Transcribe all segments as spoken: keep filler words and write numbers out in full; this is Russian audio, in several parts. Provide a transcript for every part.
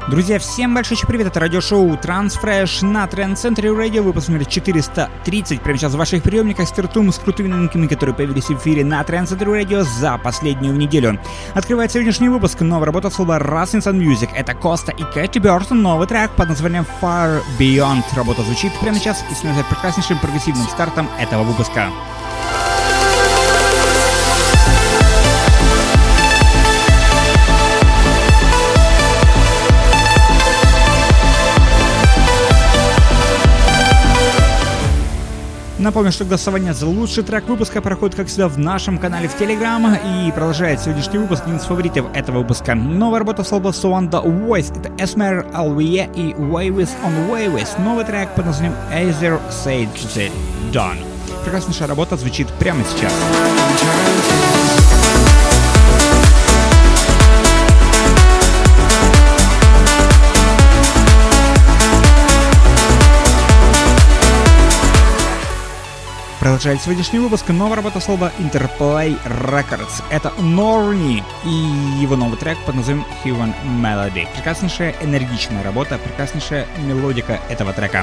Друзья, всем большой привет, это радиошоу Transfresh на Trend Center Radio, выпуск номер четыреста тридцать. Прямо сейчас в ваших приемниках стартуем с крутыми новинками, которые появились в эфире на Trend Center Radio за последнюю неделю. Открывает сегодняшний выпуск новая работа слова Rustling Sun Music. Это Коста и Кэти Бёртон, новый трек под названием Far Beyond. Работа звучит прямо сейчас и становится прекраснейшим прогрессивным стартом этого выпуска. Напомню, что голосование за лучший трек выпуска проходит, как всегда, в нашем канале в Telegram, и продолжает сегодняшний выпуск один из фаворитов этого выпуска. Новая работа с лейбла Suanda Voice — это Esmer Alvie и Waywis on Waywis. Новый трек под названием Either Said The Done. Прекраснейшая работа звучит прямо сейчас. Продолжает сегодняшний выпуск новая работа слова Interplay Records. Это Norni и его новый трек под названием Human Melody. Прекраснейшая энергичная работа, прекраснейшая мелодика этого трека.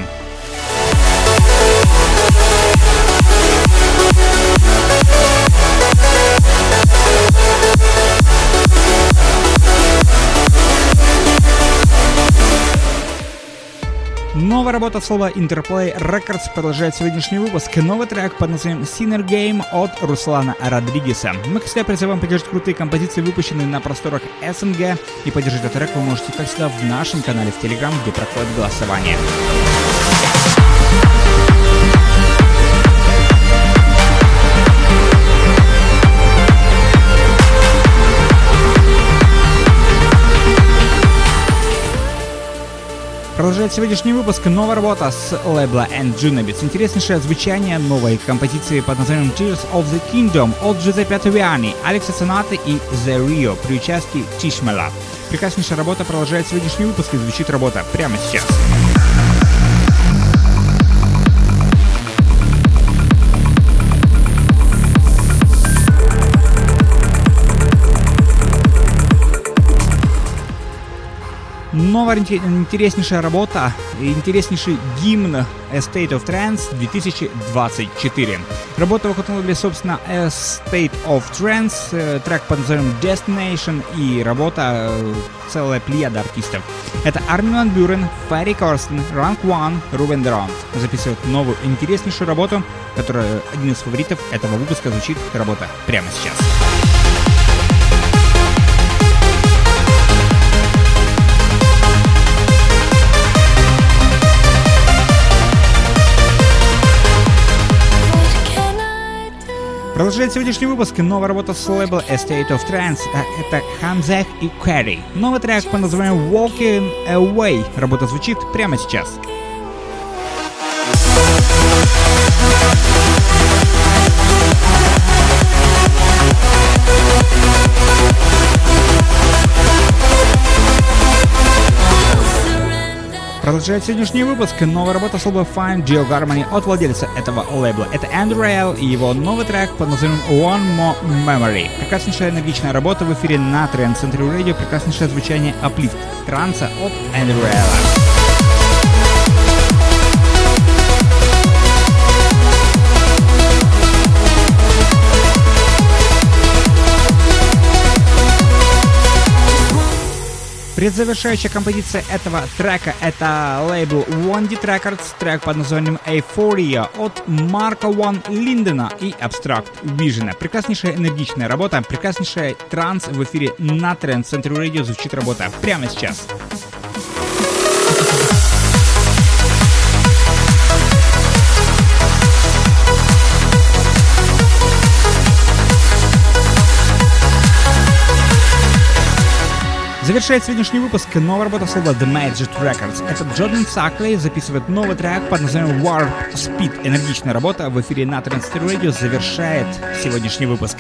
Новая работа слова Interplay Records продолжает сегодняшний выпуск. Новый трек под названием Sinner Game от Руслана Родригеса. Мы, как всегда, призываем поддержать крутые композиции, выпущенные на просторах СНГ. И поддержать этот трек вы можете, как всегда, в нашем канале в Telegram, где проходит голосование. Продолжает сегодняшний выпуск новая работа с лейбла Anjunabits. Интереснейшее звучание новой композиции под названием Tears of the Kingdom от Джузеппе Тавиани, Алекса Сонаты и The Rio при участии Тишмела. Прекраснейшая работа продолжает сегодняшний выпуск, и звучит работа прямо сейчас. Новая интереснейшая работа, интереснейший гимн A State of Trance две тысячи двадцать четыре. Работа выходила, собственно, A State of Trance, трек под названием Destination и работа целая плеяда артистов. Это Армин ван Бюрен, Ферри Корстен, Ранк Ван, Рубен Дрант записывают новую интереснейшую работу, которая один из фаворитов этого выпуска. Звучит работа прямо сейчас. Продолжает сегодняшний выпуск новая работа с лейбла A State of Trance. Это Хамзех и Кэрри. Новый трек под названием Walking Away. Работа звучит прямо сейчас. Продолжает сегодняшний выпуск новая работа с лейбла Fine Geo Harmony от владельца этого лейбла. Это Andrew Rail и его новый трек под названием One More Memory. Прекраснейшая энергичная работа в эфире на Trend Center Radio. Прекраснейшее звучание аплифт транса от Andrew Rail. Предзавершающая композиция этого трека — это лейбл One Dit Records, трек под названием Euphoria от Марка Ван Линдена и Abstract Vision. Прекраснейшая энергичная работа, прекраснейшая транс в эфире на Trend Center Radio. Звучит работа прямо сейчас. Завершает сегодняшний выпуск новая работа слова The Magic Records. Это Джордан Сакли записывает новый трек под названием Warp Speed. Энергичная работа в эфире на Trend Center Radio завершает сегодняшний выпуск.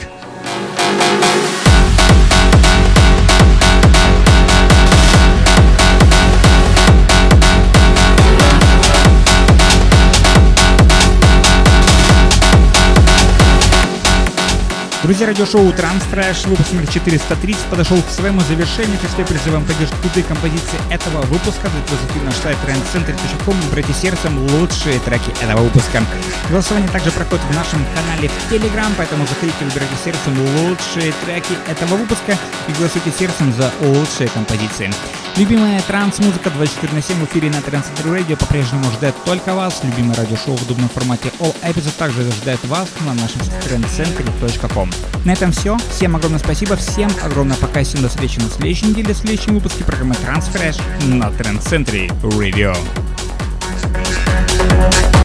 Друзья, радиошоу Transfresh, выпуск номер четыреста тридцать подошел к своему завершению. Как всегда, призываем поддержку крутые композиции этого выпуска. Заходите на сайт тренд центр точка ком и выбирайте сердцем лучшие треки этого выпуска. Голосование также проходит в нашем канале в Telegram, поэтому заходите, выбирайте сердцем лучшие треки этого выпуска и голосуйте сердцем за лучшие композиции. Любимая транс-музыка двадцать четыре на семь в эфире на Trend Center Radio по-прежнему ждет только вас. Любимое радиошоу в удобном формате All Episode также ждет вас на нашем сайте тренд центр точка ком. На этом все. Всем огромное спасибо. Всем огромное пока. Всем до встречи на следующей неделе в следующем выпуске программы Transfresh на Trend Center Radio.